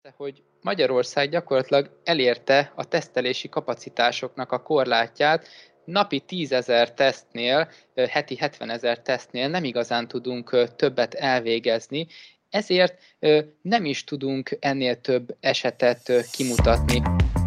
Hogy Magyarország gyakorlatilag elérte a tesztelési kapacitásoknak a korlátját. Napi 10 000 tesztnél, heti 70 000 tesztnél nem igazán tudunk többet elvégezni, ezért nem is tudunk ennél több esetet kimutatni.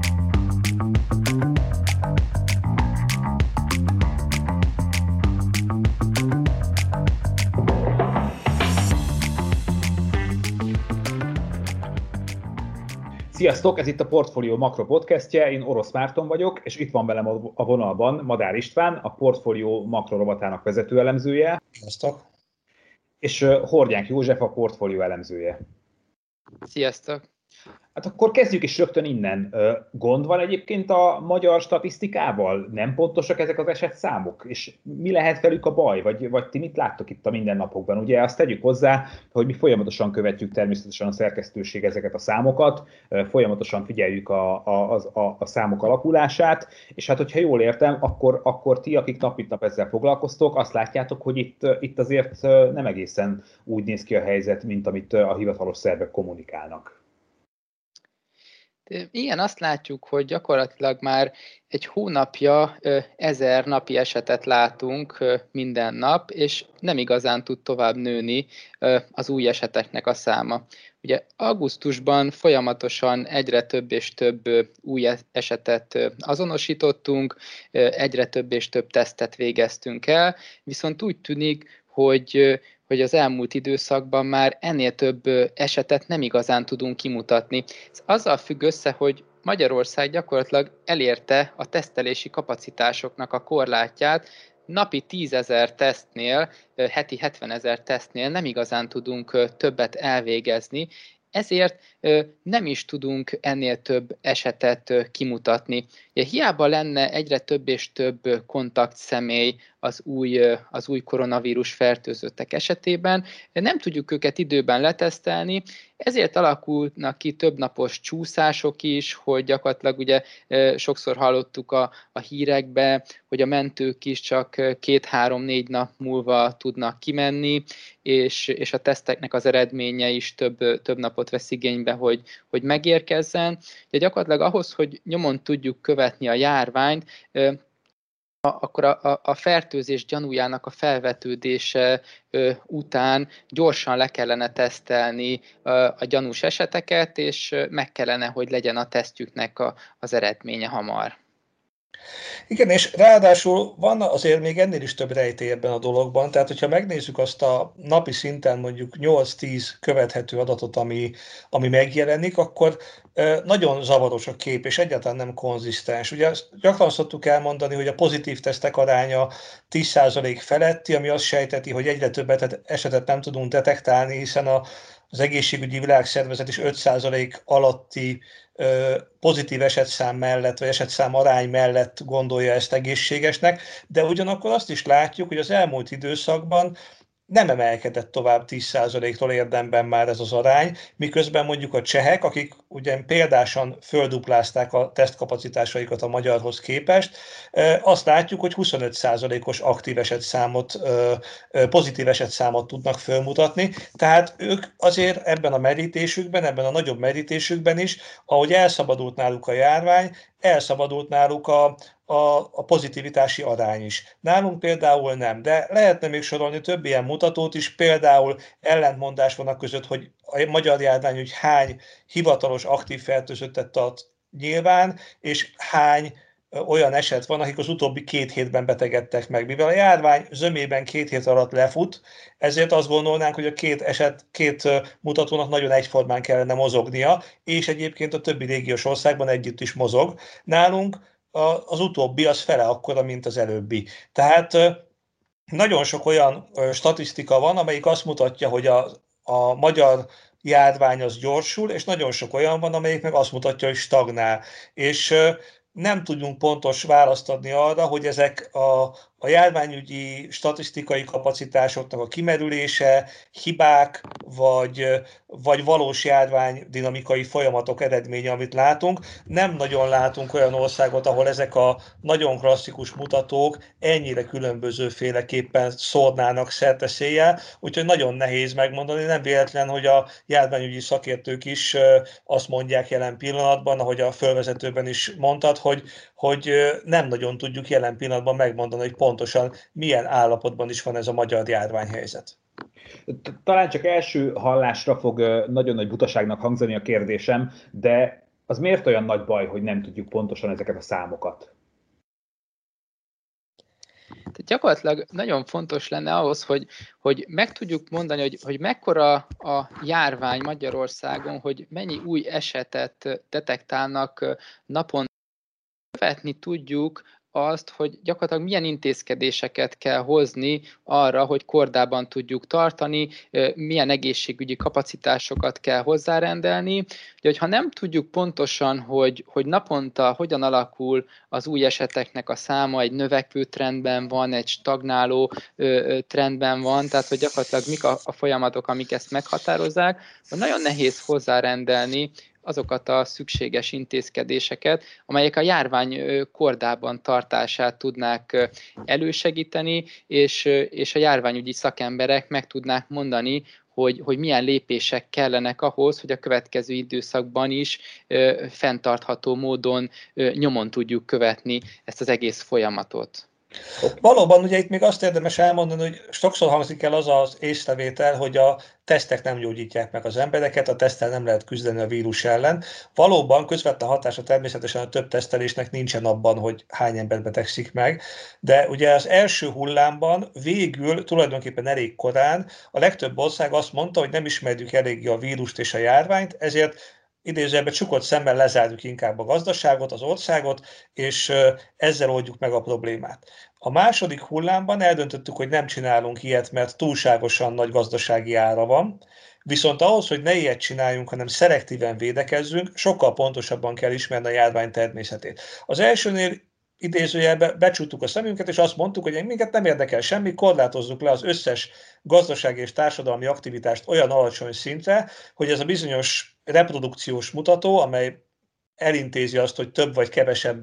Sziasztok, ez itt a Portfolio Makro podcastje, én Orosz Márton vagyok, és itt van velem a vonalban Madár István, a Portfolio Makro rovatának vezető elemzője. Sziasztok! És Hordyánk József, a Portfolio elemzője. Sziasztok! Hát akkor kezdjük is rögtön innen. Gond van egyébként a magyar statisztikával? Nem pontosak ezek az esetszámok? És mi lehet velük a baj? Vagy ti mit láttok itt a mindennapokban? Ugye azt tegyük hozzá, hogy mi folyamatosan követjük természetesen a szerkesztőség ezeket a számokat, folyamatosan figyeljük a számok alakulását, és hát hogyha jól értem, akkor ti, akik nap mint nap ezzel foglalkoztok, azt látjátok, hogy itt azért nem egészen úgy néz ki a helyzet, mint amit a hivatalos szervek kommunikálnak. Igen, azt látjuk, hogy gyakorlatilag már egy hónapja 1000 napi esetet látunk minden nap, és nem igazán tud tovább nőni az új eseteknek a száma. Ugye augusztusban folyamatosan egyre több és több új esetet azonosítottunk, egyre több és több tesztet végeztünk el, viszont úgy tűnik, hogy az elmúlt időszakban már ennél több esetet nem igazán tudunk kimutatni. Ez azzal függ össze, hogy Magyarország gyakorlatilag elérte a tesztelési kapacitásoknak a korlátját. Napi 10 000 tesztnél, heti 70 000 tesztnél nem igazán tudunk többet elvégezni, ezért nem is tudunk ennél több esetet kimutatni. Hiába lenne egyre több és több kontaktszemély az új koronavírus fertőzöttek esetében, nem tudjuk őket időben letesztelni, ezért alakulnak ki többnapos csúszások is, hogy gyakorlatilag ugye sokszor hallottuk a hírekbe, hogy a mentők is csak 2-3-4 nap múlva tudnak kimenni, és a teszteknek az eredménye is több napot vesz igénybe, hogy megérkezzen. De gyakorlatilag ahhoz, hogy nyomon tudjuk követni a járványt, akkor a fertőzés gyanújának a felvetődése után gyorsan le kellene tesztelni a gyanús eseteket, és meg kellene, hogy legyen a tesztjüknek az eredménye hamar. Igen, és ráadásul van azért még ennél is több rejtély ebben a dologban, tehát hogyha megnézzük azt a napi szinten mondjuk 8-10 követhető adatot, ami megjelenik, akkor nagyon zavaros a kép, és egyáltalán nem konzisztens. Ugye gyakran szoktuk elmondani, hogy a pozitív tesztek aránya 10% feletti, ami azt sejteti, hogy egyre több esetet nem tudunk detektálni, hiszen az egészségügyi világszervezet is 5% alatti pozitív esetszám mellett, vagy esetszám arány mellett gondolja ezt egészségesnek, de ugyanakkor azt is látjuk, hogy az elmúlt időszakban nem emelkedett tovább 10%-tól érdemben már ez az arány, miközben mondjuk a csehek, akik ugye példásan földuplázták a tesztkapacitásaikat a magyarhoz képest, azt látjuk, hogy 25%-os aktív esetszámot, pozitív esetszámot tudnak fölmutatni, tehát ők azért ebben a merítésükben, ebben a nagyobb merítésükben is, ahogy elszabadult náluk a járvány, elszabadult náluk a pozitivitási arány is. Nálunk például nem, de lehetne még sorolni több ilyen mutatót is, például ellentmondás van a között, hogy a magyar járvány, hogy hány hivatalos aktív fertőzöttet tart nyilván, és hány olyan eset van, akik az utóbbi 2 hétben betegedtek meg. Mivel a járvány zömében 2 hét alatt lefut, ezért azt gondolnánk, hogy a két mutatónak nagyon egyformán kellene mozognia, és egyébként a többi régiós országban együtt is mozog. Nálunk az utóbbi az fele akkora, mint az előbbi. Tehát nagyon sok olyan statisztika van, amelyik azt mutatja, hogy a magyar járvány az gyorsul, és nagyon sok olyan van, amelyik meg azt mutatja, hogy stagnál. És nem tudunk pontos választ adni arra, hogy ezek a járványügyi statisztikai kapacitásoknak a kimerülése, hibák, vagy valós járvány dinamikai folyamatok eredménye, amit látunk. Nem nagyon látunk olyan országot, ahol ezek a nagyon klasszikus mutatók ennyire különbözőféleképpen szórnának szerteszéjjel, úgyhogy nagyon nehéz megmondani. Nem véletlen, hogy a járványügyi szakértők is azt mondják jelen pillanatban, ahogy a fölvezetőben is mondtad, hogy nem nagyon tudjuk jelen pillanatban megmondani, hogy pontosan milyen állapotban is van ez a magyar járványhelyzet. Talán csak első hallásra fog nagyon nagy butaságnak hangzani a kérdésem, de az miért olyan nagy baj, hogy nem tudjuk pontosan ezeket a számokat? Tehát gyakorlatilag nagyon fontos lenne ahhoz, hogy meg tudjuk mondani, hogy mekkora a járvány Magyarországon, hogy mennyi új esetet detektálnak napon. Követni tudjuk azt, hogy gyakorlatilag milyen intézkedéseket kell hozni arra, hogy kordában tudjuk tartani, milyen egészségügyi kapacitásokat kell hozzárendelni. De hogyha nem tudjuk pontosan, hogy naponta hogyan alakul az új eseteknek a száma, egy növekvő trendben van, egy stagnáló trendben van, tehát hogy gyakorlatilag mik a folyamatok, amik ezt meghatározzák, hogy nagyon nehéz hozzárendelni azokat a szükséges intézkedéseket, amelyek a járvány kordában tartását tudnák elősegíteni, és a járványügyi szakemberek meg tudnák mondani, hogy milyen lépések kellenek ahhoz, hogy a következő időszakban is fenntartható módon nyomon tudjuk követni ezt az egész folyamatot. Valóban ugye itt még azt érdemes elmondani, hogy sokszor hangzik el az az észrevétel, hogy a tesztek nem gyógyítják meg az embereket, a teszttel nem lehet küzdeni a vírus ellen. Valóban közvetlen hatása természetesen a több tesztelésnek nincsen abban, hogy hány ember betegszik meg, de ugye az első hullámban végül tulajdonképpen elég korán a legtöbb ország azt mondta, hogy nem ismerjük eléggé a vírust és a járványt, ezért idézőjelben csukott szemmel lezárjuk inkább a gazdaságot, az országot, és ezzel oldjuk meg a problémát. A második hullámban eldöntöttük, hogy nem csinálunk ilyet, mert túlságosan nagy gazdasági ára van, viszont ahhoz, hogy ne ilyet csináljunk, hanem szelektíven védekezzünk, sokkal pontosabban kell ismerni a járvány természetét. Az elsőnél idézőjelben becsuktuk a szemünket, és azt mondtuk, hogy minket nem érdekel semmi, korlátozzuk le az összes gazdasági és társadalmi aktivitást olyan alacsony szintre, hogy ez a bizonyos reprodukciós mutató, amely elintézi azt, hogy több vagy kevesebb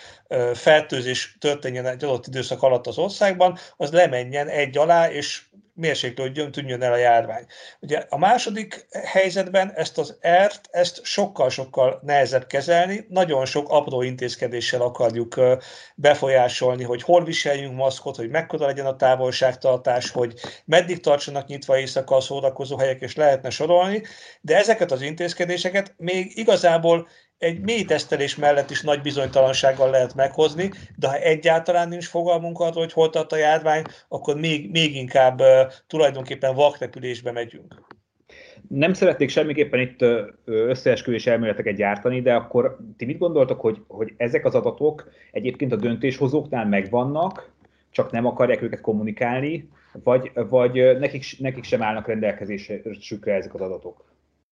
fertőzés történjen egy adott időszak alatt az országban, az lemenjen egy alá, és mérséklődjön, tűnjön el a járvány. Ugye a második helyzetben ezt az R-t, ezt sokkal-sokkal nehezebb kezelni, nagyon sok apró intézkedéssel akarjuk befolyásolni, hogy hol viseljünk maszkot, hogy mekkora legyen a távolságtartás, hogy meddig tartsanak nyitva éjszaka a szórakozóhelyek, és lehetne sorolni, de ezeket az intézkedéseket még igazából egy mély tesztelés mellett is nagy bizonytalansággal lehet meghozni, de ha egyáltalán nincs fogalmunk arról, hogy hol tart a járvány, akkor még inkább tulajdonképpen vakrepülésbe megyünk. Nem szeretnék semmiképpen itt összeesküvés elméleteket gyártani, de akkor ti mit gondoltok, hogy ezek az adatok egyébként a döntéshozóknál megvannak, csak nem akarják őket kommunikálni, vagy nekik sem állnak rendelkezésükre ezek az adatok?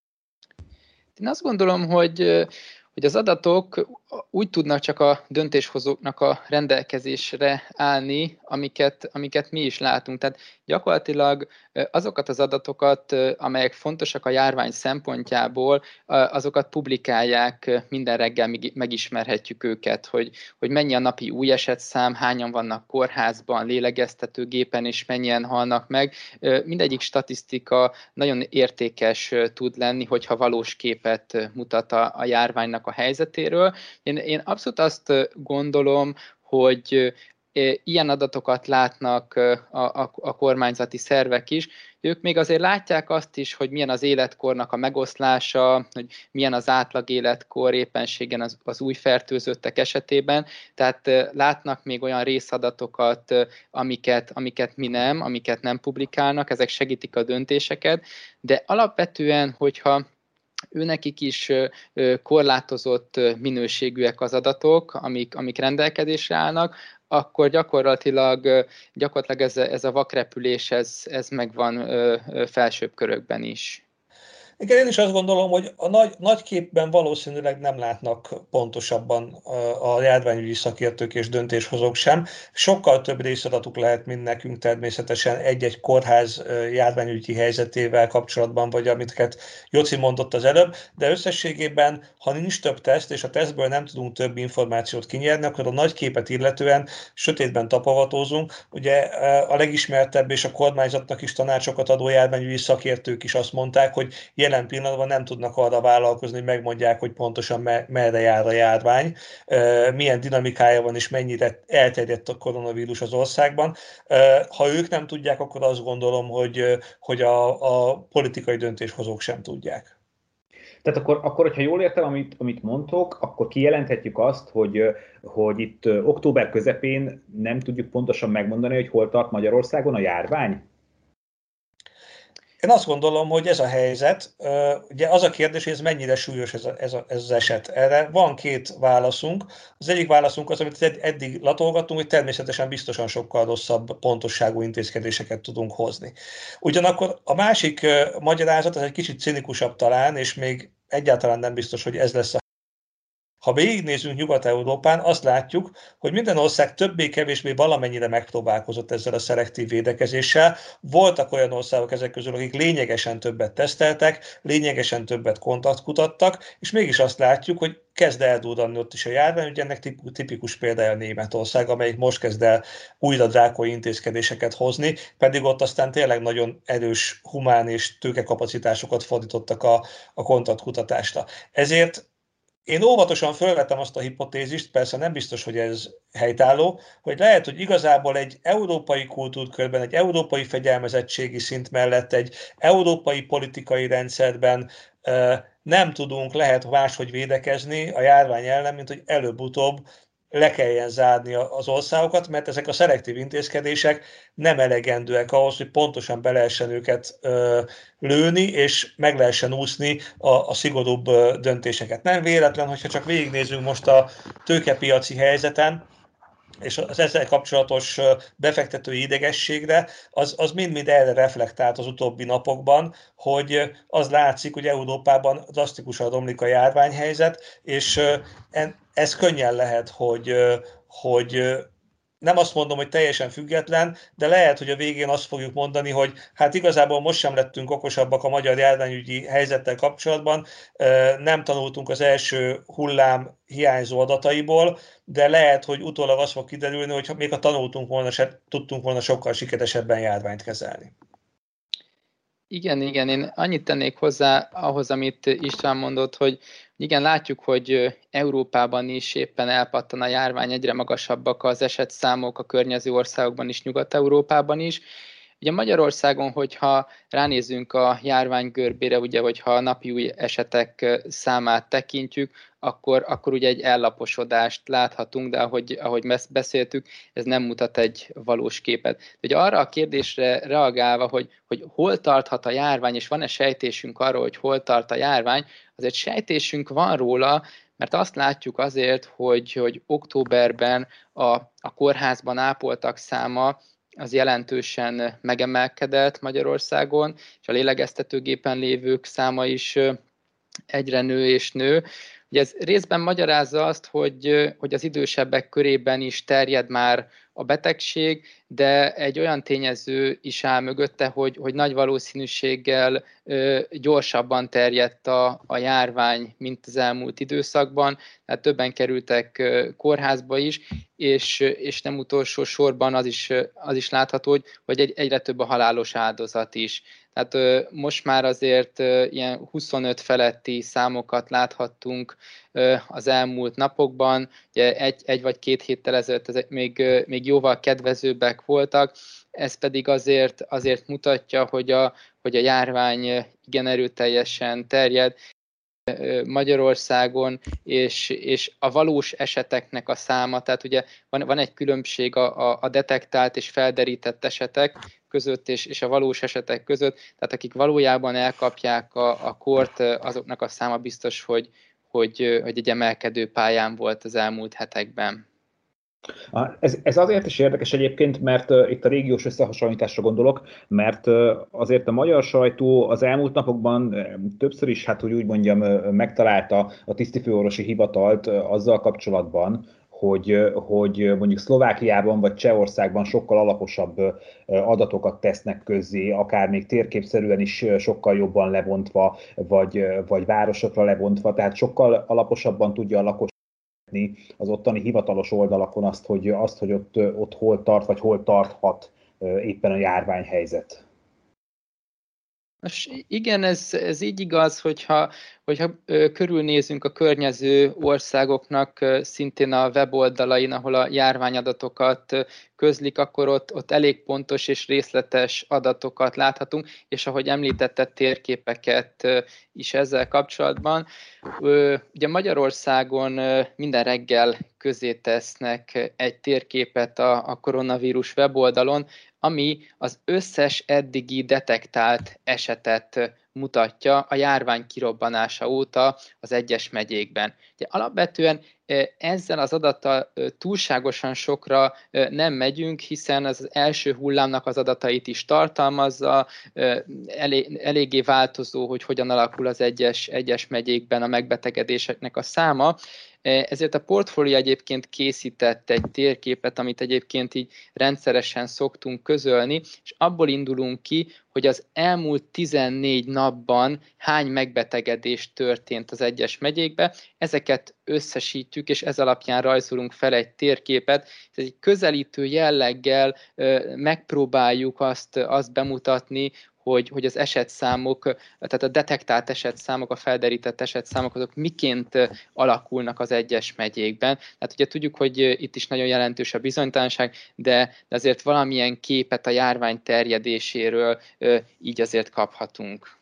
Én azt gondolom, hogy az adatok úgy tudnak csak a döntéshozóknak a rendelkezésre állni, amiket mi is látunk. Tehát gyakorlatilag azokat az adatokat, amelyek fontosak a járvány szempontjából, azokat publikálják, minden reggel megismerhetjük őket, hogy mennyi a napi új esetszám, hányan vannak kórházban, lélegeztetőgépen, és mennyien halnak meg. Mindegyik statisztika nagyon értékes tud lenni, hogyha valós képet mutat a járványnak a helyzetéről. Én abszolút azt gondolom, hogy ilyen adatokat látnak a kormányzati szervek is. Ők még azért látják azt is, hogy milyen az életkornak a megoszlása, hogy milyen az átlag életkor éppenségen az új fertőzöttek esetében. Tehát látnak még olyan részadatokat, amiket mi nem, amiket nem publikálnak, ezek segítik a döntéseket, de alapvetően, hogyha őnekik is korlátozott minőségűek az adatok, amik rendelkezésre állnak, akkor gyakorlatilag ez a vakrepülés, ez megvan felsőbb körökben is. Igen, én is azt gondolom, hogy a nagy képben valószínűleg nem látnak pontosabban a járványügyi szakértők és döntéshozók sem. Sokkal több részadatuk lehet, mint nekünk természetesen egy-egy kórház járványügyi helyzetével kapcsolatban, vagy amiket Joci mondott az előbb, de összességében, ha nincs több teszt, és a tesztből nem tudunk több információt kinyerni, akkor a nagy képet illetően sötétben tapogatózunk. Ugye a legismertebb és a kormányzatnak is tanácsokat adó járványügyi szakértők is azt mondták, hogy jelen pillanatban nem tudnak arra vállalkozni, hogy megmondják, hogy pontosan merre jár a járvány, milyen dinamikája van és mennyire elterjedt a koronavírus az országban. Ha ők nem tudják, akkor azt gondolom, hogy a politikai döntéshozók sem tudják. Tehát akkor hogyha jól értem, amit mondtok, akkor kijelenthetjük azt, hogy itt október közepén nem tudjuk pontosan megmondani, hogy hol tart Magyarországon a járvány? Én azt gondolom, hogy ez a helyzet, ugye az a kérdés, hogy ez mennyire súlyos ez az eset. Erre van két válaszunk. Az egyik válaszunk az, amit eddig latolgattunk, hogy természetesen biztosan sokkal rosszabb pontosságú intézkedéseket tudunk hozni. Ugyanakkor a másik magyarázat, az egy kicsit cinikusabb talán, és még egyáltalán nem biztos, hogy ez lesz a. Ha végignézünk Nyugat-Európán, azt látjuk, hogy minden ország többé-kevésbé valamennyire megpróbálkozott ezzel a szelektív védekezéssel. Voltak olyan országok ezek közül, akik lényegesen többet teszteltek, lényegesen többet kontaktkutattak, és mégis azt látjuk, hogy kezd eldurranni ott is a járvány. Ugye ennek tipikus példája Németország, amelyik most kezd el újra drákói intézkedéseket hozni, pedig ott aztán tényleg nagyon erős humán és tőkekapacitásokat fordítottak a kontaktkutatásra. Ezért én óvatosan felvetem azt a hipotézist, persze nem biztos, hogy ez helytálló, hogy lehet, hogy igazából egy európai kultúrkörben, egy európai fegyelmezettségi szint mellett, egy európai politikai rendszerben nem tudunk, lehet máshogy védekezni a járvány ellen, mint hogy előbb-utóbb le kelljen zárni az országokat, mert ezek a szelektív intézkedések nem elegendőek ahhoz, hogy pontosan be lehessen őket lőni, és meg lehessen úszni a szigorúbb döntéseket. Nem véletlen, hogyha csak végignézünk most a tőkepiaci helyzeten, és az ezzel kapcsolatos befektetői idegességre, az mind-mind erre reflektált az utóbbi napokban, hogy az látszik, hogy Európában drasztikusan romlik a járványhelyzet, és ez könnyen lehet, hogy nem azt mondom, hogy teljesen független, de lehet, hogy a végén azt fogjuk mondani, hogy hát igazából most sem lettünk okosabbak a magyar járványügyi helyzettel kapcsolatban, nem tanultunk az első hullám hiányzó adataiból, de lehet, hogy utólag az fog kiderülni, hogy még ha tanultunk volna, se tudtunk volna sokkal sikeresebben járványt kezelni. Igen, én annyit tennék hozzá ahhoz, amit István mondott, hogy igen, látjuk, hogy Európában is éppen elpattan a járvány, egyre magasabbak az esetszámok a környező országokban is, Nyugat-Európában is. Ugye Magyarországon, hogyha ránézünk a járvány görbére, ugye, hogyha a napi új esetek számát tekintjük, akkor ugye egy ellaposodást láthatunk, de ahogy beszéltük, ez nem mutat egy valós képet. De ugye arra a kérdésre reagálva, hogy hol tarthat a járvány, és van-e sejtésünk arról, hogy hol tart a járvány, azért sejtésünk van róla, mert azt látjuk azért, hogy októberben a kórházban ápoltak száma az jelentősen megemelkedett Magyarországon, és a lélegeztetőgépen lévők száma is egyre nő és nő. Ugye ez részben magyarázza azt, hogy az idősebbek körében is terjed már a betegség, de egy olyan tényező is áll mögötte, hogy nagy valószínűséggel gyorsabban terjedt a járvány, mint az elmúlt időszakban, tehát többen kerültek kórházba is, és nem utolsó sorban az is látható, hogy egyre több a halálos áldozat is. Tehát most már azért ilyen 25 feletti számokat láthattunk az elmúlt napokban, ugye egy vagy két héttel ezelőtt ezek még jóval kedvezőbbek voltak, ez pedig azért mutatja, hogy a járvány igen erőteljesen terjed Magyarországon, és a valós eseteknek a száma, tehát ugye van egy különbség a detektált és felderített esetek között és a valós esetek között, tehát akik valójában elkapják a kort, azoknak a száma biztos, hogy egy emelkedő pályán volt az elmúlt hetekben. Ez azért is érdekes egyébként, mert itt a régiós összehasonlításra gondolok, mert azért a magyar sajtó az elmúlt napokban többször is, hát hogy úgy mondjam, megtalálta a tisztifőorvosi hivatalt azzal kapcsolatban, hogy mondjuk Szlovákiában vagy Csehországban sokkal alaposabb adatokat tesznek közzé, akár még térképszerűen is sokkal jobban lebontva, vagy városokra lebontva, tehát sokkal alaposabban tudja a lakos az ottani hivatalos oldalakon azt, hogy ott hol tart, vagy hol tarthat éppen a járványhelyzet. Most igen, ez így igaz, hogyha körülnézünk a környező országoknak szintén a weboldalain, ahol a járványadatokat közlik, akkor ott elég pontos és részletes adatokat láthatunk, és ahogy említetted, térképeket is ezzel kapcsolatban. Ugye Magyarországon minden reggel közé tesznek egy térképet a koronavírus weboldalon, ami az összes eddigi detektált esetet mutatja a járvány kirobbanása óta az egyes megyékben. Ugye alapvetően ezzel az adattal túlságosan sokra nem megyünk, hiszen az első hullámnak az adatait is tartalmazza, eléggé változó, hogy hogyan alakul az egyes megyékben a megbetegedéseknek a száma. Ezért a portfólió egyébként készített egy térképet, amit egyébként így rendszeresen szoktunk közölni, és abból indulunk ki, hogy az elmúlt 14 napban hány megbetegedés történt az egyes megyékbe. Ezeket összesítjük, és ez alapján rajzolunk fel egy térképet. Ez egy közelítő jelleggel megpróbáljuk azt bemutatni, hogy az esetszámok, tehát a detektált esetszámok, a felderített esetszámok, azok miként alakulnak az egyes megyékben. Tehát ugye tudjuk, hogy itt is nagyon jelentős a bizonytalanság, de azért valamilyen képet a járvány terjedéséről így azért kaphatunk.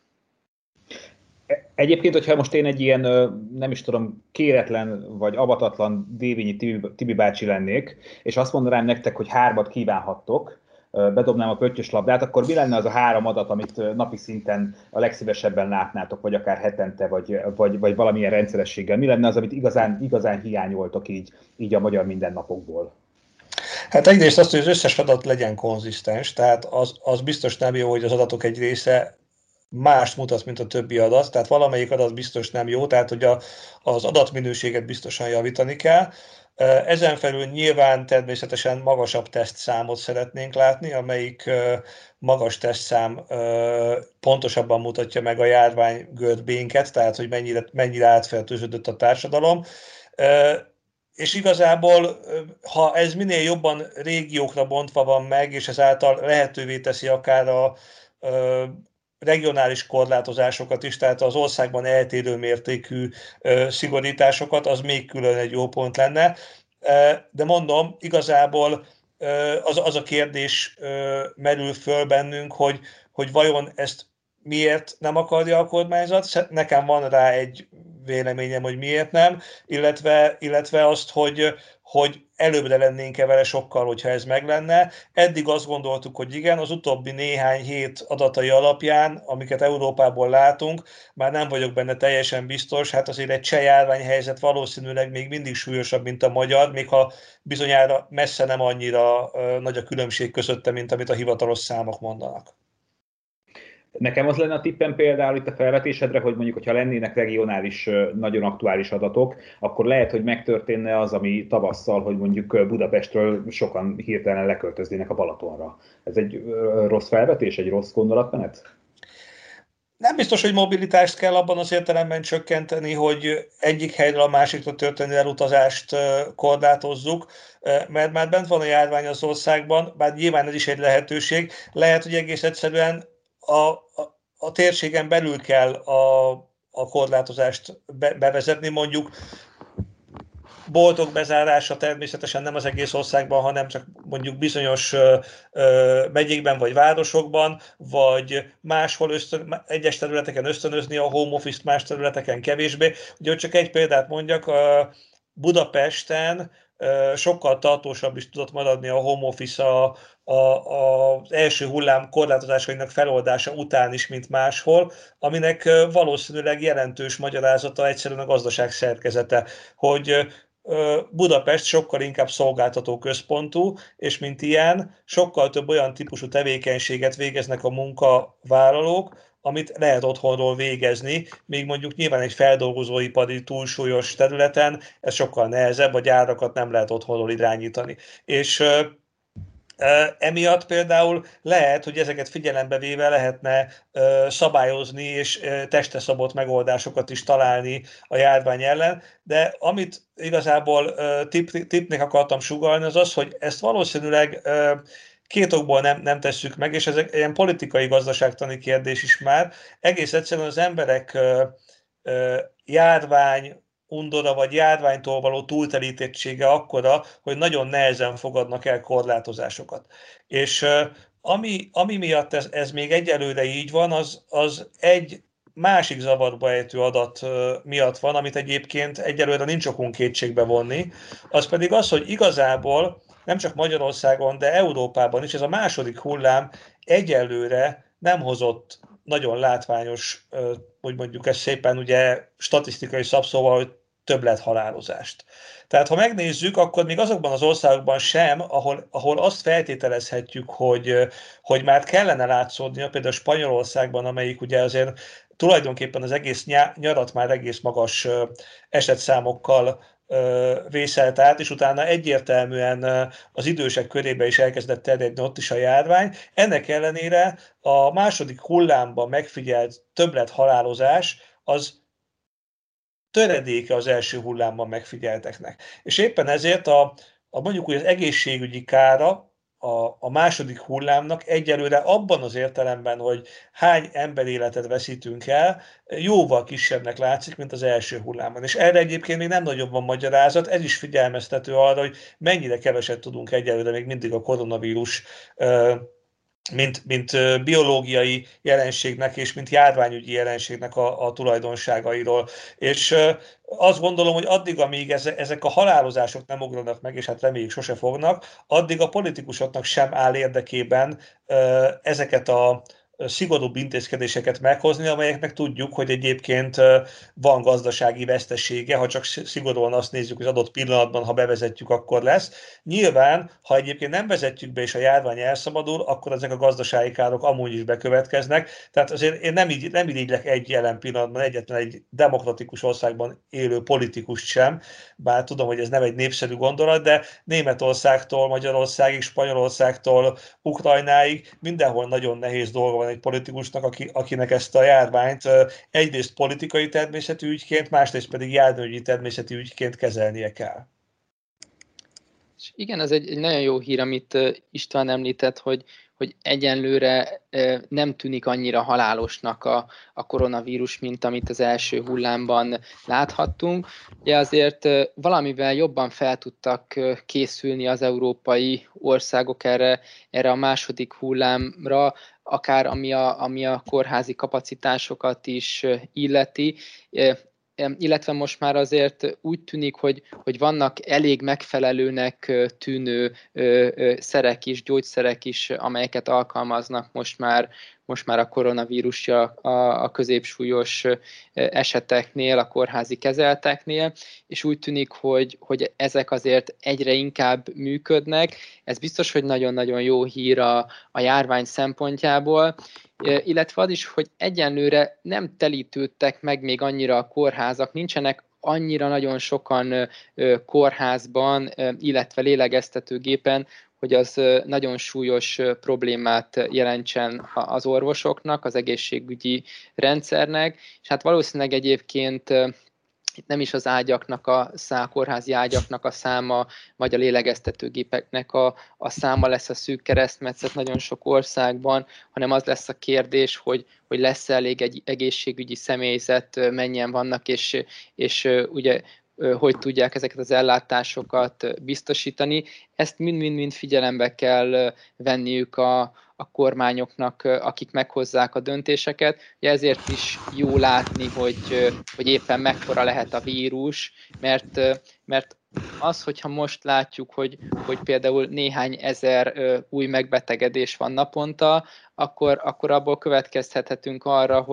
Egyébként, hogyha most én egy ilyen, nem is tudom, kéretlen vagy avatatlan Dévényi Tibi bácsi lennék, és azt mondanám nektek, hogy 3 kívánhattok, bedobnám a pöttyös labdát, akkor mi lenne az a 3 adat, amit napi szinten a legszívesebben látnátok, vagy akár hetente, vagy valamilyen rendszerességgel? Mi lenne az, amit igazán hiányoltok így a magyar mindennapokból? Hát egyrészt azt, hogy az összes adat legyen konzisztens, tehát az biztos nem jó, hogy az adatok egy része mást mutat, mint a többi adat, tehát valamelyik adat biztos nem jó, tehát hogy az adatminőséget biztosan javítani kell. Ezen felül nyilván természetesen magasabb tesztszámot szeretnénk látni, amelyik magas tesztszám pontosabban mutatja meg a járvány görbénket, tehát hogy mennyire átfertőződött a társadalom. És igazából, ha ez minél jobban régiókra bontva van meg, és ezáltal lehetővé teszi akár a regionális korlátozásokat is, tehát az országban eltérő mértékű szigorításokat, az még külön egy jó pont lenne. De mondom, igazából az a kérdés merül föl bennünk, hogy vajon ezt miért nem akarja a kormányzat. Nekem van rá egy véleményem, hogy miért nem, illetve azt, hogy előbbre lennénk-e vele sokkal, hogyha ez meg lenne. Eddig azt gondoltuk, hogy igen, az utóbbi néhány hét adatai alapján, amiket Európából látunk, már nem vagyok benne teljesen biztos, hát azért egy cseh járványhelyzet valószínűleg még mindig súlyosabb, mint a magyar, még ha bizonyára messze nem annyira nagy a különbség közötte, mint amit a hivatalos számok mondanak. Nekem az lenne a tippem például itt a felvetésedre, hogy mondjuk, hogyha lennének regionális, nagyon aktuális adatok, akkor lehet, hogy megtörténne az, ami tavasszal, hogy mondjuk Budapestről sokan hirtelen leköltöznének a Balatonra. Ez egy rossz felvetés, egy rossz gondolatmenet? Nem biztos, hogy mobilitást kell abban az értelemben csökkenteni, hogy egyik helyről a másikra történő elutazást korlátozzuk, mert már bent van a járvány az országban, bár nyilván ez is egy lehetőség. Lehet, hogy egész egyszerűen a térségen belül kell a korlátozást bevezetni, mondjuk boltok bezárása természetesen nem az egész országban, hanem csak mondjuk bizonyos megyékben vagy városokban, vagy máshol egyes területeken ösztönözni a home office-t, más területeken kevésbé. Ugye, hogy csak egy példát mondjak, Budapesten sokkal tartósabb is tudott maradni a home office az első hullám korlátozásainak feloldása után is, mint máshol, aminek valószínűleg jelentős magyarázata egyszerűen a gazdaság szerkezete, hogy Budapest sokkal inkább szolgáltató központú, és mint ilyen, sokkal több olyan típusú tevékenységet végeznek a munkavállalók, amit lehet otthonról végezni, míg mondjuk nyilván egy feldolgozóipari túlsúlyos területen ez sokkal nehezebb, a gyárakat nem lehet otthonról irányítani. És emiatt például lehet, hogy ezeket figyelembe véve lehetne szabályozni és testre szabott megoldásokat is találni a járvány ellen, de amit igazából tippnek akartam sugallni, az az, hogy ezt valószínűleg két okból nem tesszük meg, és ez egy ilyen politikai gazdaságtani kérdés is már. Egész egyszerűen az emberek járvány undora vagy járványtól való túlterítettsége akkora, hogy nagyon nehezen fogadnak el korlátozásokat. És ami miatt ez még egyelőre így van, az egy másik zavarba ejtő adat miatt van, amit egyébként egyelőre nincs okunk kétségbe vonni, az pedig az, hogy igazából nem csak Magyarországon, de Európában is ez a második hullám egyelőre nem hozott nagyon látványos, hogy mondjuk ezt szépen ugye statisztikai szabszóval, hogy többlethalálozást. Tehát ha megnézzük, akkor még azokban az országokban sem, ahol azt feltételezhetjük, hogy már kellene látszódnia, például Spanyolországban, amelyik ugye azért tulajdonképpen az egész nyarat már egész magas esetszámokkal vészelt át, és utána egyértelműen az idősek körébe is elkezdett terjedni ott is a járvány. Ennek ellenére a második hullámban megfigyelt többlethalálozás az töredéke az első hullámban megfigyelteknek. És éppen ezért mondjuk úgy az egészségügyi kára a második hullámnak egyelőre abban az értelemben, hogy hány emberéletet veszítünk el, jóval kisebbnek látszik, mint az első hullámban. És erre egyébként még nem nagyobb van magyarázat, ez is figyelmeztető arra, hogy mennyire keveset tudunk egyelőre még mindig a koronavírus mint biológiai jelenségnek és mint járványügyi jelenségnek a tulajdonságairól. És azt gondolom, hogy addig, amíg ezek a halálozások nem ugranak meg, és hát reméljük sose fognak, addig a politikusoknak sem áll érdekében ezeket a szigorúbb intézkedéseket meghozni, amelyeknek tudjuk, hogy egyébként van gazdasági vesztesége, ha csak szigorúan azt nézzük, hogy az adott pillanatban, ha bevezetjük, akkor lesz. Nyilván, ha egyébként nem vezetjük be, és a járvány elszabadul, akkor ezek a gazdasági károk amúgy is bekövetkeznek. Tehát azért én nem irigylek egy jelen pillanatban egyetlen egy demokratikus országban élő politikust sem, bár tudom, hogy ez nem egy népszerű gondolat, de Németországtól Magyarországig, Spanyolországtól Ukrajnáig mindenhol nagyon nehéz dolga van egy politikusnak, akinek ezt a járványt egyrészt politikai természetű ügyként, másrészt pedig járványügyi természetű ügyként kezelnie kell. És igen, ez egy nagyon jó hír, amit István említett, hogy egyenlőre nem tűnik annyira halálosnak a koronavírus, mint amit az első hullámban láthattunk. Ugye azért valamivel jobban fel tudtak készülni az európai országok erre a második hullámra, akár ami a kórházi kapacitásokat is illeti, illetve most már azért úgy tűnik, hogy vannak elég megfelelőnek tűnő szerek is, gyógyszerek is, amelyeket alkalmaznak most már a koronavírusja a középsúlyos eseteknél, a kórházi kezelteknél, és úgy tűnik, hogy ezek azért egyre inkább működnek. Ez biztos, hogy nagyon-nagyon jó hír a járvány szempontjából, illetve az is, hogy egyenlőre nem telítődtek meg még annyira a kórházak, nincsenek annyira nagyon sokan kórházban, illetve lélegeztetőgépen, hogy az nagyon súlyos problémát jelentsen az orvosoknak, az egészségügyi rendszernek, és hát valószínűleg egyébként itt nem is az ágyaknak kórházi ágyaknak a száma, vagy a lélegeztetőgépeknek a száma lesz a szűk keresztmetszet nagyon sok országban, hanem az lesz a kérdés, hogy lesz elég egy egészségügyi személyzet, mennyien vannak, és ugye hogy tudják ezeket az ellátásokat biztosítani. Ezt mind-mind figyelembe kell venniük a kormányoknak, akik meghozzák a döntéseket. Ezért is jó látni, hogy éppen mekkora lehet a vírus, mert az, hogyha most látjuk, hogy például néhány ezer új megbetegedés van naponta, akkor abból következtethetünk arra, hogy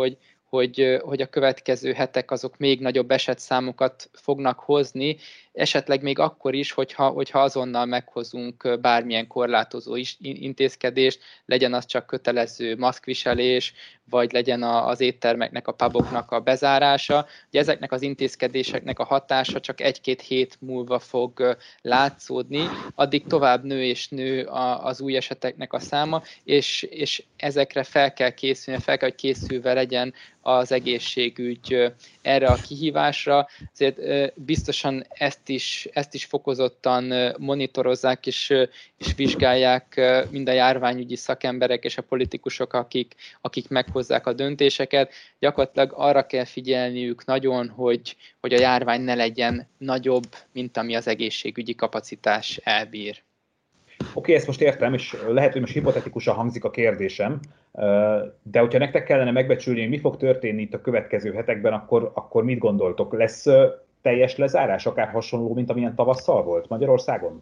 hogy a következő hetek azok még nagyobb esetszámokat fognak hozni, esetleg még akkor is, hogyha azonnal meghozunk bármilyen korlátozó intézkedést, legyen az csak kötelező maszkviselés, vagy legyen az éttermeknek, a puboknak a bezárása. Ugye ezeknek az intézkedéseknek a hatása csak 1-2 hét múlva fog látszódni, addig tovább nő és nő az új eseteknek a száma, és ezekre fel kell készülni, hogy készülve legyen az egészségügy erre a kihívásra. Azért biztosan ezt is fokozottan monitorozzák és vizsgálják mind a járványügyi szakemberek és a politikusok, akik meghozzák a döntéseket. Gyakorlatilag arra kell figyelniük nagyon, hogy a járvány ne legyen nagyobb, mint ami az egészségügyi kapacitás elbír. Oké, ezt most értem, és lehet, hogy most hipotetikusan hangzik a kérdésem, de hogyha nektek kellene megbecsülni, hogy mi fog történni itt a következő hetekben, akkor mit gondoltok? Lesz teljes lezárás, akár hasonló, mint amilyen tavasszal volt Magyarországon?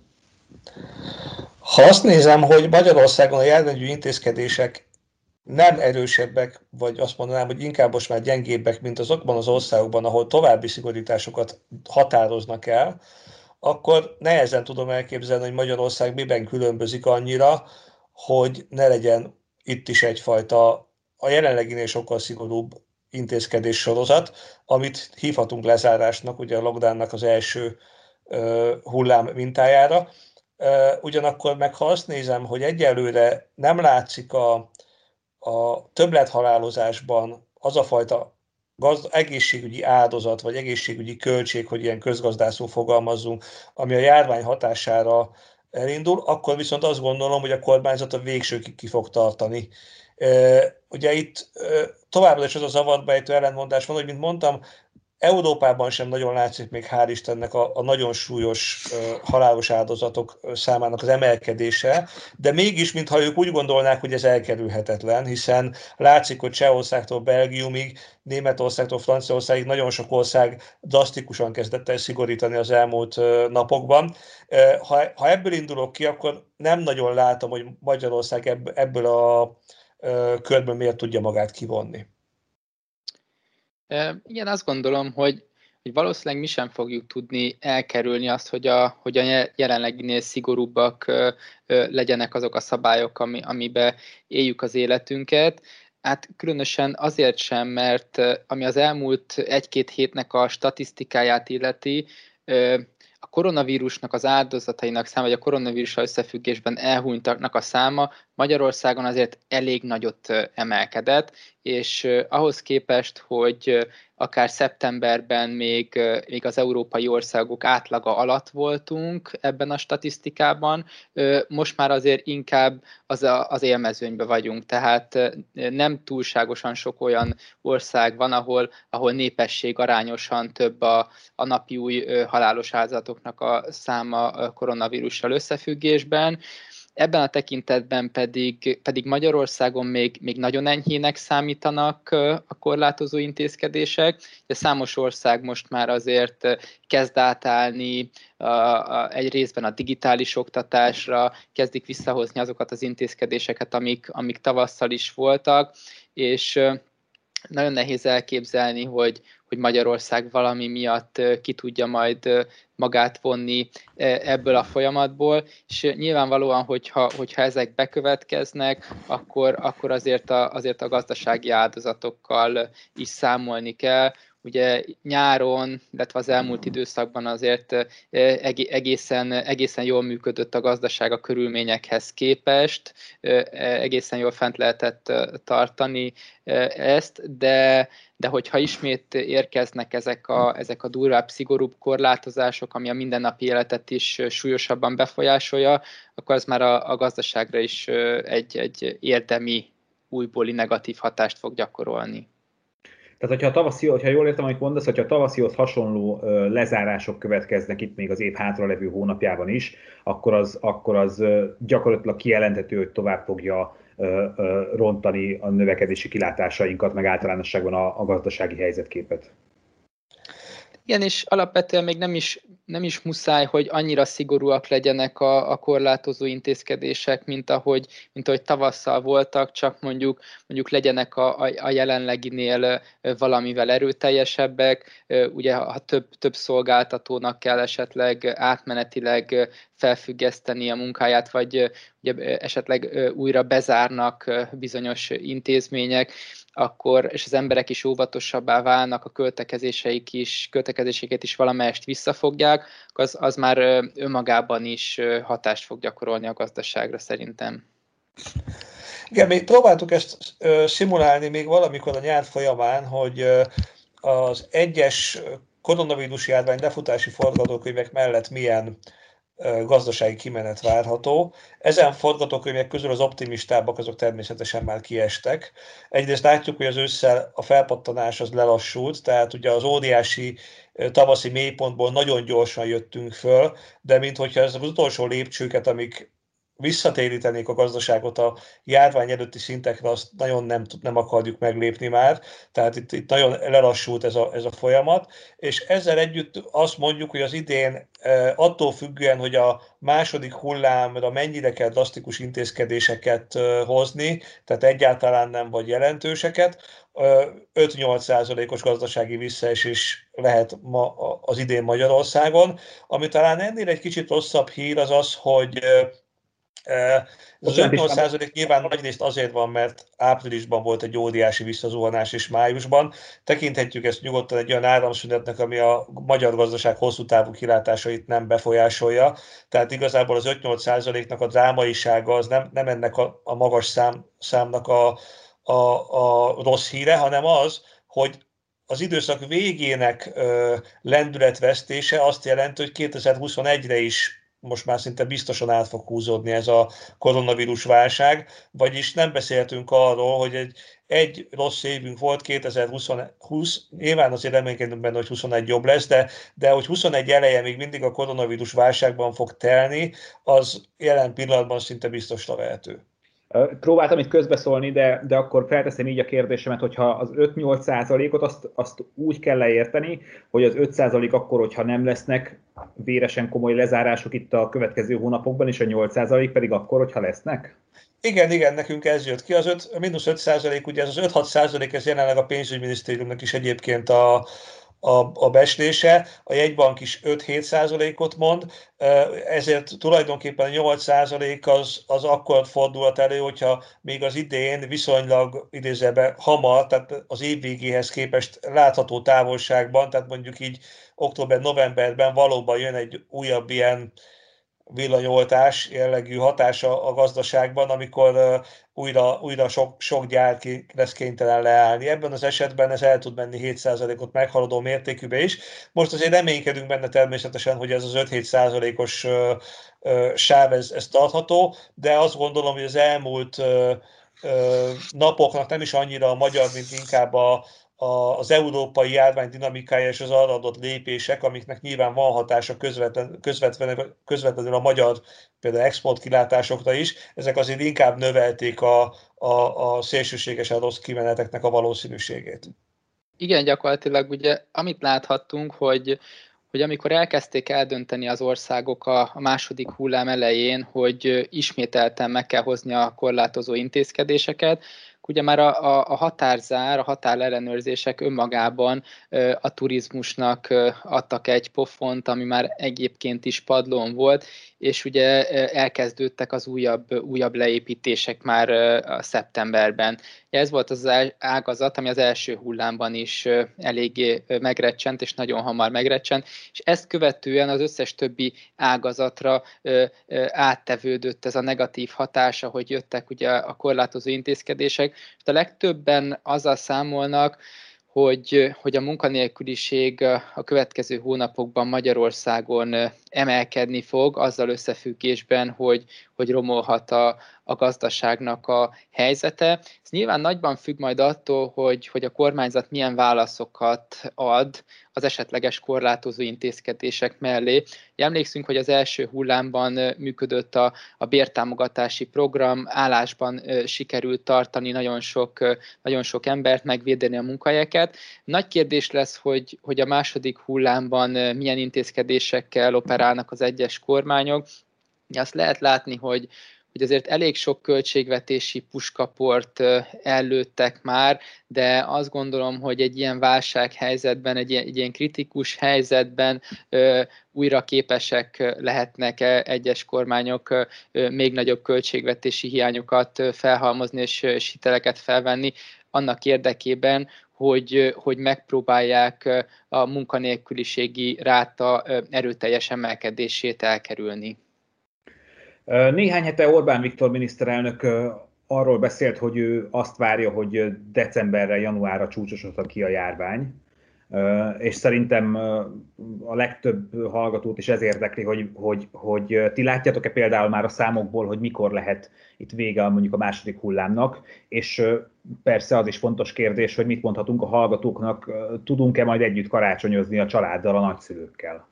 Ha azt nézem, hogy Magyarországon a járványügyi intézkedések nem erősebbek, vagy azt mondanám, hogy inkább most már gyengébbek, mint azokban az országokban, ahol további szigorításokat határoznak el, akkor nehezen tudom elképzelni, hogy Magyarország miben különbözik annyira, hogy ne legyen itt is egyfajta, a jelenleginél sokkal szigorúbb intézkedés sorozat, amit hívhatunk lezárásnak, ugye a lockdownnak az első hullám mintájára. Ugyanakkor meg ha azt nézem, hogy egyelőre nem látszik a többlethalálozásban az a fajta egészségügyi áldozat, vagy egészségügyi költség, hogy ilyen közgazdászul fogalmazzunk, ami a járvány hatására elindul, akkor viszont azt gondolom, hogy a kormányzat a végsőkig ki fog tartani. Ugye itt továbbra is az a zavarba ejtő ellentmondás van, hogy mint mondtam, Európában sem nagyon látszik még hál' Istennek a nagyon súlyos halálos áldozatok számának az emelkedése, de mégis, mintha ők úgy gondolnák, hogy ez elkerülhetetlen, hiszen látszik, hogy Csehországtól Belgiumig, Németországtól Franciaországig nagyon sok ország drasztikusan kezdett el szigorítani az elmúlt napokban. Ha ebből indulok ki, akkor nem nagyon látom, hogy Magyarország ebből a körből miért tudja magát kivonni. Igen, azt gondolom, hogy valószínűleg mi sem fogjuk tudni elkerülni azt, hogy a jelenleginél szigorúbbak legyenek azok a szabályok, amiben éljük az életünket. Hát különösen azért sem, mert ami az elmúlt 1-2 hétnek a statisztikáját illeti, a koronavírusnak az áldozatainak száma, vagy a koronavírussal összefüggésben elhunytaknak a száma Magyarországon azért elég nagyot emelkedett, és ahhoz képest, hogy akár szeptemberben még az európai országok átlaga alatt voltunk ebben a statisztikában, most már azért inkább az élmezőnyben vagyunk, tehát nem túlságosan sok olyan ország van, ahol népesség arányosan több a napi új halálos áldozatoknak a száma koronavírussal összefüggésben. Ebben a tekintetben pedig Magyarországon még nagyon enyhének számítanak a korlátozó intézkedések. Számos ország most már azért kezd átállni egy részben a digitális oktatásra, kezdik visszahozni azokat az intézkedéseket, amik tavasszal is voltak, és nagyon nehéz elképzelni, hogy Magyarország valami miatt ki tudja majd magát vonni ebből a folyamatból, és nyilvánvalóan, hogyha ezek bekövetkeznek, akkor azért a gazdasági áldozatokkal is számolni kell. Ugye nyáron, illetve az elmúlt időszakban azért egészen jól működött a gazdaság a körülményekhez képest, egészen jól fent lehetett tartani ezt, de hogyha ismét érkeznek ezek a durvább, szigorúbb korlátozások, ami a mindennapi életet is súlyosabban befolyásolja, akkor az már a gazdaságra is egy érdemi, újbóli negatív hatást fog gyakorolni. Tehát, hogyha jól értem, amit mondasz, hogyha a tavaszihoz hasonló lezárások következnek itt még az év hátralevő hónapjában is, akkor az gyakorlatilag kijelenthető, hogy tovább fogja rontani a növekedési kilátásainkat, meg általánosságban a gazdasági helyzetképet. Igen, és alapvetően még nem is nem is muszáj, hogy annyira szigorúak legyenek a korlátozó intézkedések, mint ahogy tavasszal voltak, csak mondjuk legyenek a jelenleginél valamivel erőteljesebbek. Ugye, ha több szolgáltatónak kell esetleg átmenetileg felfüggeszteni a munkáját, vagy ugye esetleg újra bezárnak bizonyos intézmények, akkor, és az emberek is óvatosabbá válnak, a költekezéseiket is valamelyest visszafogják, az már önmagában is hatást fog gyakorolni a gazdaságra szerintem. Igen, mi próbáltuk ezt szimulálni még valamikor a nyár folyamán, hogy az egyes koronavírus járvány lefutási forgatókönyvek mellett milyen gazdasági kimenet várható. Ezen forgatókönyvek közül az optimistábbak azok természetesen már kiestek. Egyrészt látjuk, hogy az ősszel a felpattanás az lelassult, tehát ugye az óriási tavaszi mélypontból nagyon gyorsan jöttünk föl, de minthogyha ez az utolsó lépcsőket, amik visszatérítenék a gazdaságot a járvány előtti szintekre, azt nagyon nem akarjuk meglépni már, tehát itt nagyon lelassult ez a folyamat, és ezzel együtt azt mondjuk, hogy az idén attól függően, hogy a második hullámra mennyire kell drasztikus intézkedéseket hozni, tehát egyáltalán nem vagy jelentőseket, 5-8%-os gazdasági visszaesés lehet az idén Magyarországon, ami talán ennél egy kicsit rosszabb hír az az, hogy az 5-8% nyilván nagyrészt azért van, mert áprilisban volt egy óriási visszazuhanás és májusban. Tekinthetjük ezt nyugodtan egy olyan áramszünetnek, ami a magyar gazdaság hosszú távú kilátásait nem befolyásolja. Tehát igazából az 5-8%-nak a drámaisága az nem ennek a magas számnak a rossz híre, hanem az, hogy az időszak végének lendületvesztése azt jelenti, hogy 2021-re is most már szinte biztosan át fog húzódni ez a koronavírus válság, vagyis nem beszéltünk arról, hogy egy rossz évünk volt 2020, nyilván azért reménykedünk benne, hogy 21 jobb lesz, de hogy 21 eleje még mindig a koronavírus válságban fog telni, az jelen pillanatban szinte biztosra vehető. Próbáltam itt közbeszólni, de akkor felteszem így a kérdésemet, hogyha az 5-8%-ot azt úgy kell leérteni, hogy az 5% akkor, hogyha nem lesznek véresen komoly lezárások itt a következő hónapokban, és a 8% pedig akkor, hogyha lesznek? Igen, nekünk ez jött ki. A -5%, ugye ez az 5-6%, ez jelenleg a pénzügyminisztériumnak is egyébként a becslése, a jegybank is 5-7%-ot mond, ezért tulajdonképpen a 8% az akkor fordulhat elő, hogyha még az idén viszonylag idézőben hamar, tehát az év végéhez képest látható távolságban, tehát mondjuk így október-novemberben valóban jön egy újabb ilyen villanyoltás jellegű hatása a gazdaságban, amikor újra sok gyár lesz kénytelen leállni. Ebben az esetben ez el tud menni 7%-ot meghaladó mértékűbe is. Most azért reménykedünk benne természetesen, hogy ez az 5-7%-os sáv ez tartható, de azt gondolom, hogy az elmúlt napoknak nem is annyira a magyar, mint inkább az európai járvány dinamikája és az arra adott lépések, amiknek nyilván van hatása közvetlenül a magyar például exportkilátásokra is, ezek azért inkább növelték a szélsőségesen rossz kimeneteknek a valószínűségét. Igen, gyakorlatilag ugye amit láthattunk, hogy amikor elkezdték eldönteni az országok a második hullám elején, hogy ismételten meg kell hozni a korlátozó intézkedéseket, ugye már a határzár, a határellenőrzések önmagában a turizmusnak adtak egy pofont, ami már egyébként is padlón volt, és ugye elkezdődtek az újabb leépítések már a szeptemberben. Ez volt az ágazat, ami az első hullámban is eléggé megrecsent, és nagyon hamar megrecsent, és ezt követően az összes többi ágazatra áttevődött ez a negatív hatása, hogy jöttek ugye a korlátozó intézkedések. A legtöbben azzal számolnak, hogy a munkanélküliség a következő hónapokban Magyarországon emelkedni fog, azzal összefüggésben, hogy romolhat a gazdaságnak a helyzete. Ez nyilván nagyban függ majd attól, hogy a kormányzat milyen válaszokat ad az esetleges korlátozó intézkedések mellé. Emlékszünk, hogy az első hullámban működött a bértámogatási program, állásban sikerült tartani nagyon sok embert, megvédeni a munkahelyeket. Nagy kérdés lesz, hogy a második hullámban milyen intézkedésekkel operálnak az egyes kormányok. Azt lehet látni, hogy azért elég sok költségvetési puskaport ellőttek már, de azt gondolom, hogy egy ilyen válsághelyzetben, egy ilyen kritikus helyzetben újra képesek lehetnek egyes kormányok még nagyobb költségvetési hiányokat felhalmozni és hiteleket felvenni annak érdekében, hogy megpróbálják a munkanélküliségi ráta erőteljes emelkedését elkerülni. Néhány hete Orbán Viktor miniszterelnök arról beszélt, hogy ő azt várja, hogy decemberre, januárra csúcsosodhat ki a járvány, és szerintem a legtöbb hallgatót is ez érdekli, hogy ti látjátok-e például már a számokból, hogy mikor lehet itt vége mondjuk a második hullámnak, és persze az is fontos kérdés, hogy mit mondhatunk a hallgatóknak, tudunk-e majd együtt karácsonyozni a családdal, a nagyszülőkkel?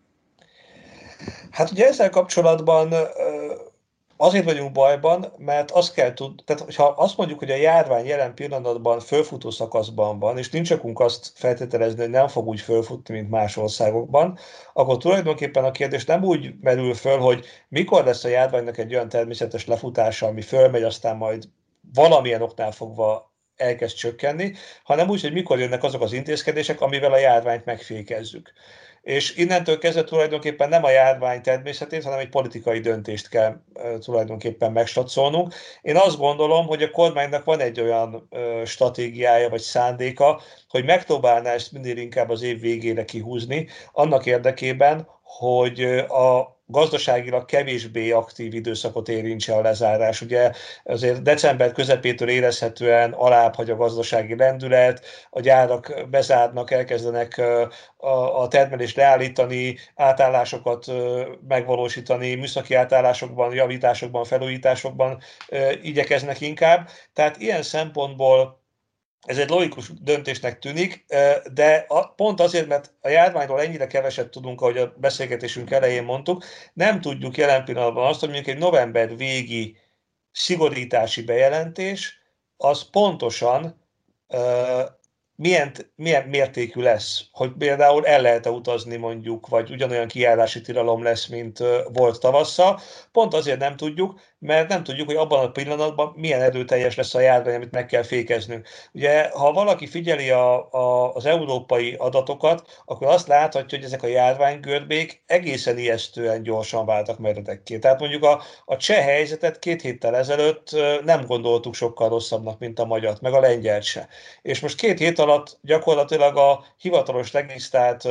Hát ugye ezzel kapcsolatban azért vagyunk bajban, mert azt kell tudni, tehát ha azt mondjuk, hogy a járvány jelen pillanatban fölfutó szakaszban van, és nincs okunk azt feltételezni, hogy nem fog úgy fölfutni, mint más országokban, akkor tulajdonképpen a kérdés nem úgy merül föl, hogy mikor lesz a járványnak egy olyan természetes lefutása, ami fölmegy, aztán majd valamilyen oknál fogva elkezd csökkenni, hanem úgy, hogy mikor jönnek azok az intézkedések, amivel a járványt megfékezzük. És innentől kezdve tulajdonképpen nem a járvány természetét, hanem egy politikai döntést kell tulajdonképpen megsatszolnunk. Én azt gondolom, hogy a kormánynak van egy olyan stratégiája vagy szándéka, hogy megpróbálná ezt minél inkább az év végére kihúzni, annak érdekében, hogy a gazdaságilag kevésbé aktív időszakot érintse a lezárás. Ugye azért december közepétől érezhetően alább hagy a gazdasági lendület, a gyárak bezárnak, elkezdenek a termelést leállítani, átállásokat megvalósítani, műszaki átállásokban, javításokban, felújításokban igyekeznek inkább. Tehát ilyen szempontból ez egy logikus döntésnek tűnik, de pont azért, mert a járványról ennyire keveset tudunk, ahogy a beszélgetésünk elején mondtuk, nem tudjuk jelen pillanatban azt, hogy mondjuk egy november végi szigorítási bejelentés, az pontosan milyen mértékű lesz, hogy például el lehet-e utazni mondjuk, vagy ugyanolyan kijárási tilalom lesz, mint volt tavasszal. Pont azért nem tudjuk, mert nem tudjuk, hogy abban a pillanatban milyen erőteljes lesz a járvány, amit meg kell fékeznünk. Ugye, ha valaki figyeli az európai adatokat, akkor azt láthatja, hogy ezek a járványgörbék egészen ijesztően gyorsan váltak meredekké. Tehát mondjuk a cseh helyzetet 2 héttel ezelőtt nem gondoltuk sokkal rosszabbnak, mint a magyart, meg a lengyelt se. És most 2 hét alatt gyakorlatilag a hivatalos regisztrált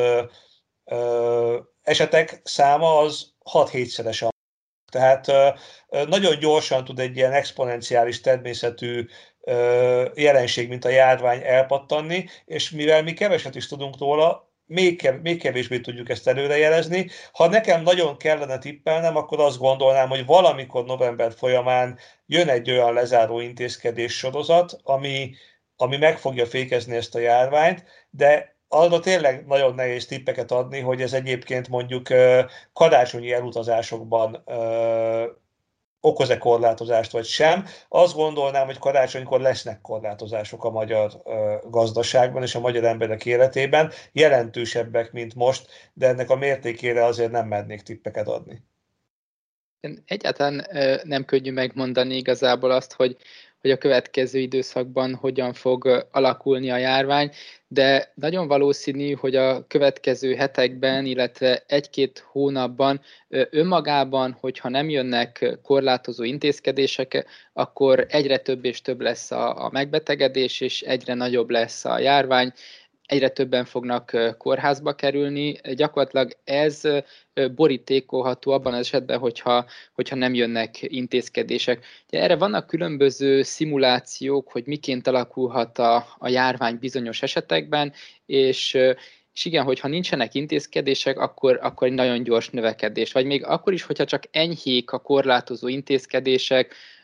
esetek száma az 6-7-szeres. Tehát nagyon gyorsan tud egy ilyen exponenciális természetű jelenség, mint a járvány elpattanni, és mivel mi keveset is tudunk róla, még kevésbé tudjuk ezt előrejelezni. Ha nekem nagyon kellene tippelnem, akkor azt gondolnám, hogy valamikor november folyamán jön egy olyan lezáró intézkedés sorozat, ami meg fogja fékezni ezt a járványt, de arra tényleg nagyon nehéz tippeket adni, hogy ez egyébként mondjuk karácsonyi elutazásokban okoz-e korlátozást, vagy sem. Azt gondolnám, hogy karácsonykor lesznek korlátozások a magyar gazdaságban és a magyar emberek életében, jelentősebbek, mint most, de ennek a mértékére azért nem mernék tippeket adni. Egyáltalán nem könnyű megmondani igazából azt, hogy a következő időszakban hogyan fog alakulni a járvány, de nagyon valószínű, hogy a következő hetekben, illetve 1-2 hónapban önmagában, hogyha nem jönnek korlátozó intézkedések, akkor egyre több és több lesz a megbetegedés, és egyre nagyobb lesz a járvány, egyre többen fognak kórházba kerülni. Gyakorlatilag ez borítékolható abban az esetben, hogyha nem jönnek intézkedések. Erre vannak különböző szimulációk, hogy miként alakulhat a járvány bizonyos esetekben, és igen, hogyha nincsenek intézkedések, akkor egy nagyon gyors növekedés. Vagy még akkor is, hogyha csak enyhék a korlátozó intézkedések,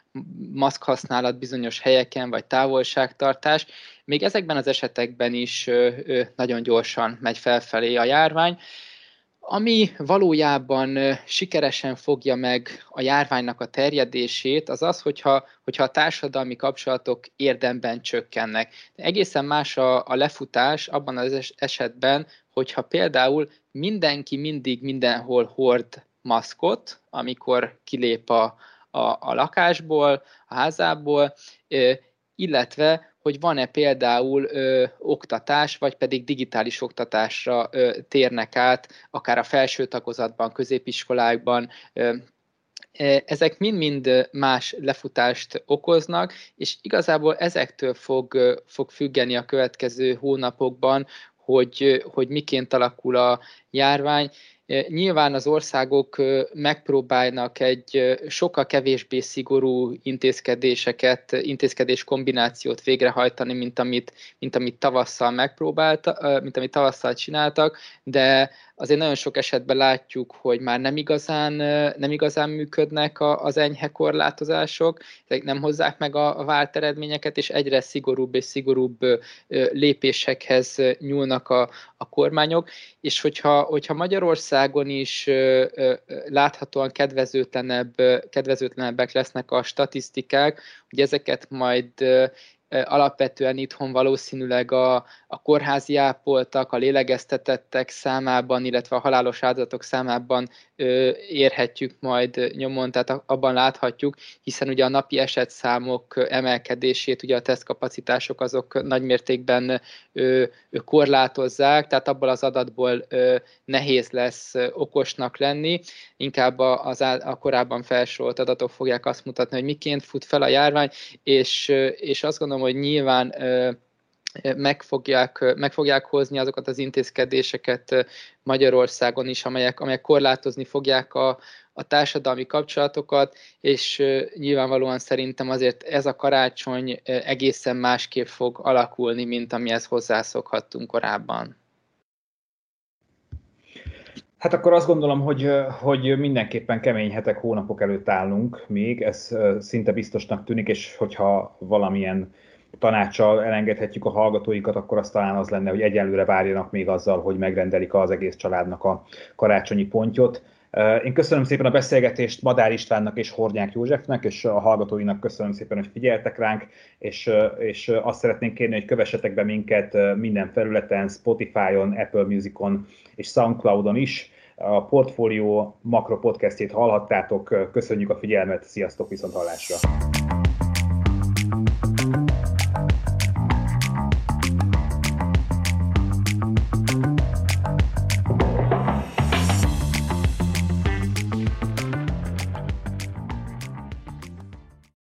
maszkhasználat bizonyos helyeken, vagy távolságtartás, még ezekben az esetekben is nagyon gyorsan megy felfelé a járvány. Ami valójában sikeresen fogja meg a járványnak a terjedését, az az, hogyha a társadalmi kapcsolatok érdemben csökkennek. Egészen más a lefutás abban az esetben, hogyha például mindenki mindig mindenhol hord maszkot, amikor kilép a lakásból, a házából, illetve hogy van-e például oktatás, vagy pedig digitális oktatásra térnek át, akár a felső tagozatban, középiskolákban. Ezek mind-mind más lefutást okoznak, és igazából ezektől fog függeni a következő hónapokban, hogy miként alakul a járvány. Nyilván az országok megpróbálnak egy sokkal kevésbé szigorú intézkedés kombinációt végrehajtani, mint amit tavasszal csináltak, de azért nagyon sok esetben látjuk, hogy már nem igazán működnek az enyhe korlátozások, ezek nem hozzák meg a várt eredményeket, és egyre szigorúbb és szigorúbb lépésekhez nyúlnak a kormányok, és hogyha Magyarországon is láthatóan kedvezőtlenebbek lesznek a statisztikák, hogy ezeket majd alapvetően itthon valószínűleg a kórházi ápoltak, a lélegeztetettek számában, illetve a halálos áldozatok számában érhetjük majd nyomon, tehát abban láthatjuk, hiszen ugye a napi esetszámok emelkedését, ugye a tesztkapacitások azok nagymértékben korlátozzák, tehát abból az adatból nehéz lesz okosnak lenni, inkább a korábban felsorolt adatok fogják azt mutatni, hogy miként fut fel a járvány, és azt gondolom, hogy nyilván meg fogják hozni azokat az intézkedéseket Magyarországon is, amelyek korlátozni fogják a társadalmi kapcsolatokat, és nyilvánvalóan szerintem azért ez a karácsony egészen másképp fog alakulni, mint amihez hozzászokhattunk korábban. Hát akkor azt gondolom, hogy mindenképpen kemény hetek, hónapok előtt állunk még, ez szinte biztosnak tűnik, és hogyha valamilyen tanácssal elengedhetjük a hallgatóinkat, akkor az talán az lenne, hogy egyelőre várjanak még azzal, hogy megrendelik az egész családnak a karácsonyi pontyot. Én köszönöm szépen a beszélgetést Madár Istvánnak és Hornyák Józsefnek, és a hallgatóinak köszönöm szépen, hogy figyeltek ránk, és azt szeretnénk kérni, hogy kövessetek be minket minden felületen, Spotify-on, Apple Musicon és Soundcloudon is. A Portfolio Makro podcastjét hallhattátok, köszönjük a figyelmet, sziasztok, viszonthallásra!